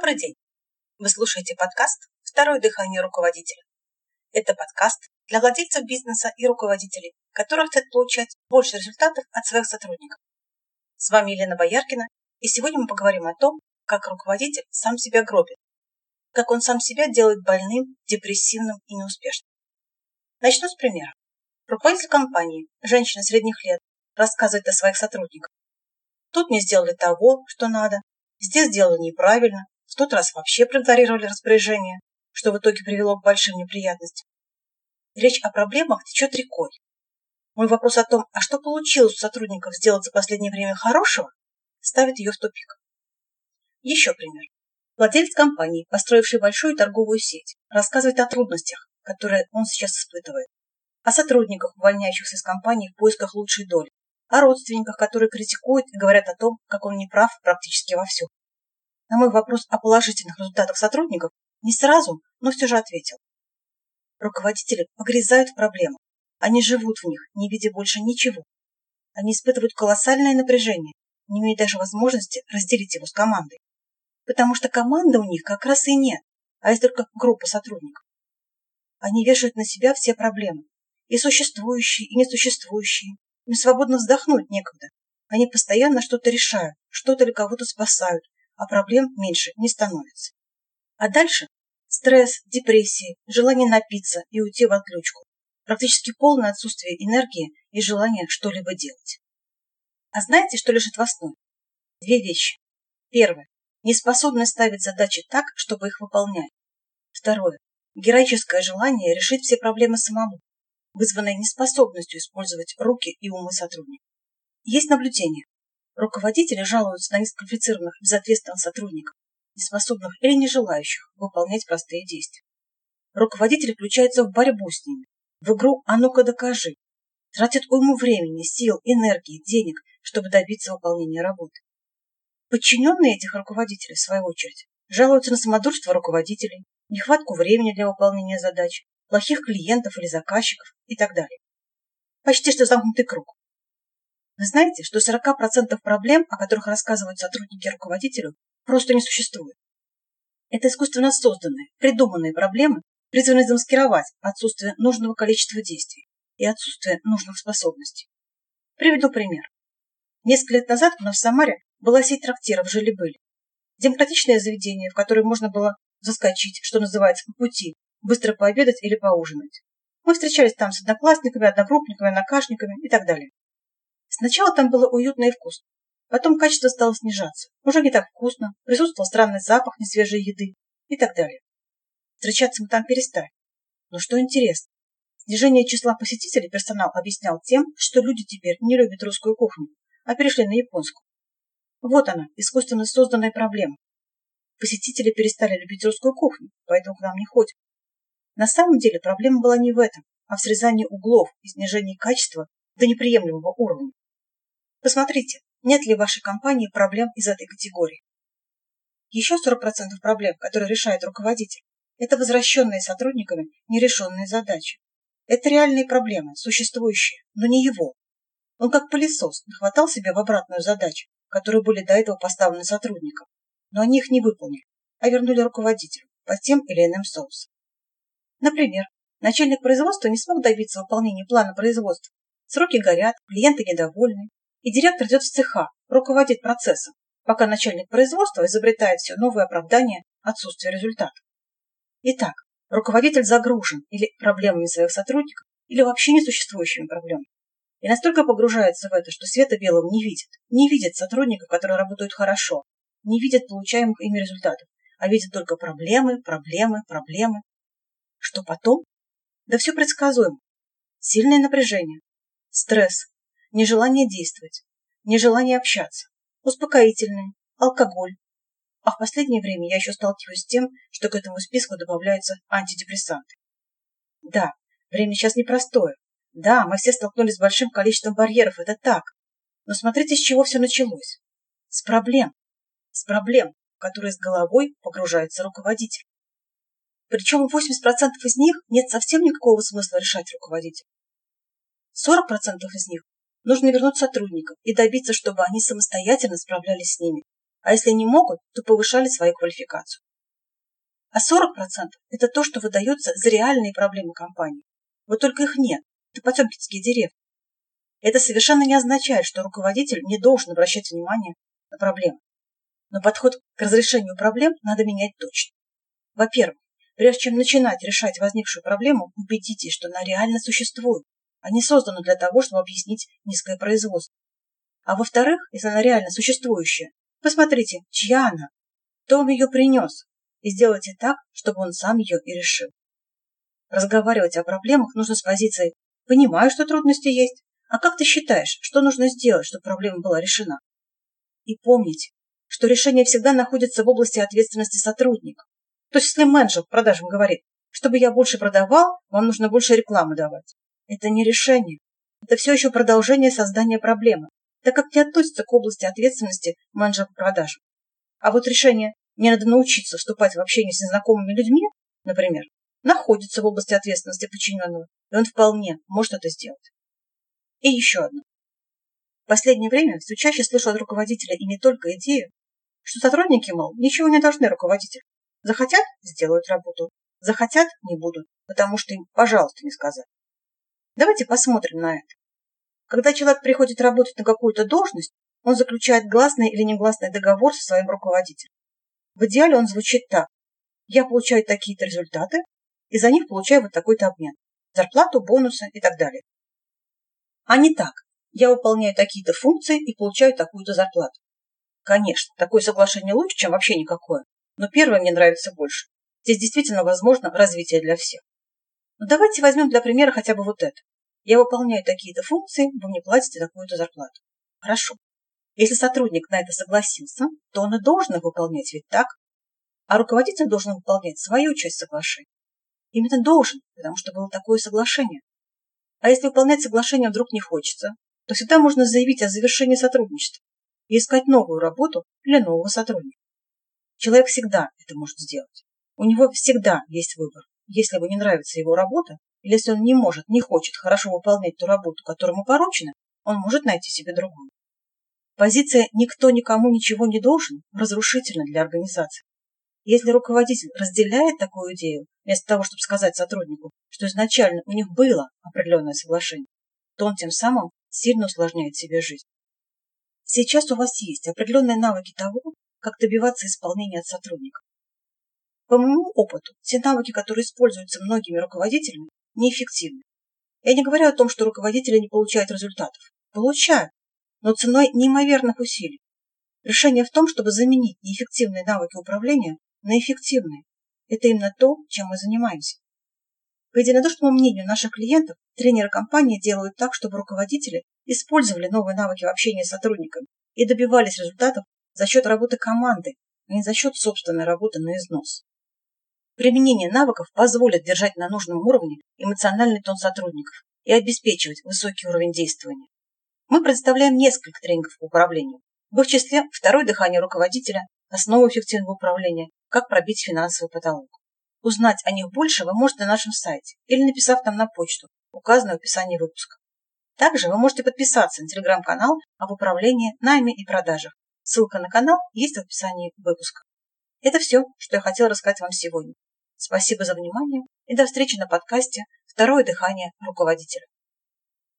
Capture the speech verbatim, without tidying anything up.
Добрый день! Вы слушаете подкаст «Второе дыхание руководителя». Это подкаст для владельцев бизнеса и руководителей, которые хотят получать больше результатов от своих сотрудников. С вами Елена Бояркина, и сегодня мы поговорим о том, как руководитель сам себя гробит, как он сам себя делает больным, депрессивным и неуспешным. Начну с примера. Руководитель компании, женщина средних лет, рассказывает о своих сотрудниках. Тут не сделали того, что надо, здесь сделали неправильно, в тот раз вообще проигнорировали распоряжение, что в итоге привело к большим неприятностям. Речь о проблемах течет рекой. Мой вопрос о том, а что получилось у сотрудников сделать за последнее время хорошего, ставит ее в тупик. Еще пример. Владелец компании, построивший большую торговую сеть, рассказывает о трудностях, которые он сейчас испытывает, о сотрудниках, увольняющихся из компании в поисках лучшей доли, о родственниках, которые критикуют и говорят о том, как он не прав практически во всем. На мой вопрос о положительных результатах сотрудников не сразу, но все же ответил. Руководители погрязают в проблемах. Они живут в них, не видя больше ничего. Они испытывают колоссальное напряжение, не имея даже возможности разделить его с командой. Потому что команды у них как раз и нет, а есть только группа сотрудников. Они вешают на себя все проблемы, и существующие, и несуществующие. Им свободно вздохнуть некогда. Они постоянно что-то решают, что-то или кого-то спасают, а проблем меньше не становится. А дальше стресс, депрессия, желание напиться и уйти в отключку. Практически полное отсутствие энергии и желания что-либо делать. А знаете, что лежит в основе? Две вещи. Первое. Неспособность ставить задачи так, чтобы их выполнять. Второе. Героическое желание решить все проблемы самому, вызванное неспособностью использовать руки и умы сотрудников. Есть наблюдение. Руководители жалуются на низкоквалифицированных, безответственных сотрудников, неспособных или не желающих выполнять простые действия. Руководители включаются в борьбу с ними, в игру «а ну-ка докажи», тратят уйму времени, сил, энергии, денег, чтобы добиться выполнения работы. Подчиненные этих руководителей, в свою очередь, жалуются на самодурство руководителей, нехватку времени для выполнения задач, плохих клиентов или заказчиков и так далее. Почти что замкнутый круг. Вы знаете, что сорок процентов проблем, о которых рассказывают сотрудники руководителю, просто не существует. Это искусственно созданные, придуманные проблемы, призванные замаскировать отсутствие нужного количества действий и отсутствие нужных способностей. Приведу пример. Несколько лет назад у нас в Самаре была сеть трактиров «Жили-были». Демократичное заведение, в которое можно было заскочить, что называется, по пути, быстро пообедать или поужинать. Мы встречались там с одноклассниками, одногруппниками, однокашниками и так далее. Сначала там было уютно и вкусно. Потом качество стало снижаться. Уже не так вкусно, присутствовал странный запах несвежей еды и так далее. Встречаться мы там перестали. Но что интересно, снижение числа посетителей персонал объяснял тем, что люди теперь не любят русскую кухню, а перешли на японскую. Вот она, искусственно созданная проблема. Посетители перестали любить русскую кухню, поэтому к нам не ходят. На самом деле проблема была не в этом, а в срезании углов и снижении качества до неприемлемого уровня. Посмотрите, нет ли в вашей компании проблем из этой категории. Еще сорок процентов проблем, которые решает руководитель, это возвращенные сотрудниками нерешенные задачи. Это реальные проблемы, существующие, но не его. Он как пылесос нахватал себе в обратную задачу, которые были до этого поставлены сотрудникам, но они их не выполнили, а вернули руководителю по тем или иным соусам. Например, начальник производства не смог добиться выполнения плана производства. Сроки горят, клиенты недовольны, и директор идет в цеха, руководит процессом, пока начальник производства изобретает все новые оправдания отсутствия результата. Итак, руководитель загружен или проблемами своих сотрудников, или вообще несуществующими проблемами. И настолько погружается в это, что света белого не видит. Не видит сотрудников, которые работают хорошо, не видит получаемых ими результатов, а видит только проблемы, проблемы, проблемы. Что потом? Да все предсказуемо. Сильное напряжение, стресс, нежелание действовать, нежелание общаться, успокоительные, алкоголь. А в последнее время я еще сталкиваюсь с тем, что к этому списку добавляются антидепрессанты. Да, время сейчас непростое. Да, мы все столкнулись с большим количеством барьеров, это так. Но смотрите, с чего все началось. С проблем. С проблем, в которые с головой погружается руководитель. Причем восемьдесят процентов из них нет совсем никакого смысла решать руководителю. сорок процентов из них нужно вернуть сотрудникам и добиться, чтобы они самостоятельно справлялись с ними, а если не могут, то повышали свою квалификацию. А сорок процентов – это то, что выдается за реальные проблемы компании. Вот только их нет. Это потемкинские деревни. Это совершенно не означает, что руководитель не должен обращать внимание на проблемы. Но подход к разрешению проблем надо менять точно. Во-первых, прежде чем начинать решать возникшую проблему, убедитесь, что она реально существует, а не создана для того, чтобы объяснить низкое производство. А во-вторых, если она реально существующая, посмотрите, чья она, кто вам ее принес, и сделайте так, чтобы он сам ее и решил. Разговаривать о проблемах нужно с позиции «понимаю, что трудности есть, а как ты считаешь, что нужно сделать, чтобы проблема была решена?» И помните, что решение всегда находится в области ответственности сотрудника. То есть, если менеджер по продажам говорит, чтобы я больше продавал, вам нужно больше рекламы давать. Это не решение. Это все еще продолжение создания проблемы, так как не относится к области ответственности менеджера по продажам. А вот решение «мне надо научиться вступать в общение с незнакомыми людьми», например, находится в области ответственности подчиненного, и он вполне может это сделать. И еще одно. В последнее время все чаще слышу от руководителя и не только идею, что сотрудники, мол, ничего не должны руководителю. Захотят – сделают работу, захотят – не будут, потому что им, пожалуйста, не сказали. Давайте посмотрим на это. Когда человек приходит работать на какую-то должность, он заключает гласный или негласный договор со своим руководителем. В идеале он звучит так. Я получаю такие-то результаты, и за них получаю вот такой-то обмен. Зарплату, бонусы и так далее. А не так. Я выполняю такие-то функции и получаю такую-то зарплату. Конечно, такое соглашение лучше, чем вообще никакое. Но первое мне нравится больше. Здесь действительно возможно развитие для всех. Но давайте возьмем для примера хотя бы вот это. Я выполняю такие-то функции, вы мне платите такую-то зарплату. Хорошо. Если сотрудник на это согласился, то он и должен их выполнять, ведь так? А руководитель должен выполнять свою часть соглашения. Именно должен, потому что было такое соглашение. А если выполнять соглашение вдруг не хочется, то всегда можно заявить о завершении сотрудничества и искать новую работу для нового сотрудника. Человек всегда это может сделать. У него всегда есть выбор. Если ему не нравится его работа, или если он не может, не хочет хорошо выполнять ту работу, которая ему поручена, он может найти себе другую. Позиция «никто никому ничего не должен» разрушительна для организации. Если руководитель разделяет такую идею, вместо того, чтобы сказать сотруднику, что изначально у них было определенное соглашение, то он тем самым сильно усложняет себе жизнь. Сейчас у вас есть определенные навыки того, как добиваться исполнения от сотрудника. По моему опыту, все навыки, которые используются многими руководителями, неэффективны. Я не говорю о том, что руководители не получают результатов. Получают, но ценой неимоверных усилий. Решение в том, чтобы заменить неэффективные навыки управления на эффективные. Это именно то, чем мы занимаемся. По единодушному мнению наших клиентов, тренеры компании делают так, чтобы руководители использовали новые навыки в общении с сотрудниками и добивались результатов за счет работы команды, а не за счет собственной работы на износ. Применение навыков позволит держать на нужном уровне эмоциональный тон сотрудников и обеспечивать высокий уровень действования. Мы представляем несколько тренингов по управлению. В их числе второе дыхание руководителя, основа эффективного управления, как пробить финансовый потолок. Узнать о них больше вы можете на нашем сайте или написав нам на почту, указанную в описании выпуска. Также вы можете подписаться на телеграм-канал об управлении, найме и продажах. Ссылка на канал есть в описании выпуска. Это все, что я хотела рассказать вам сегодня. Спасибо за внимание и до встречи на подкасте «Второе дыхание руководителя».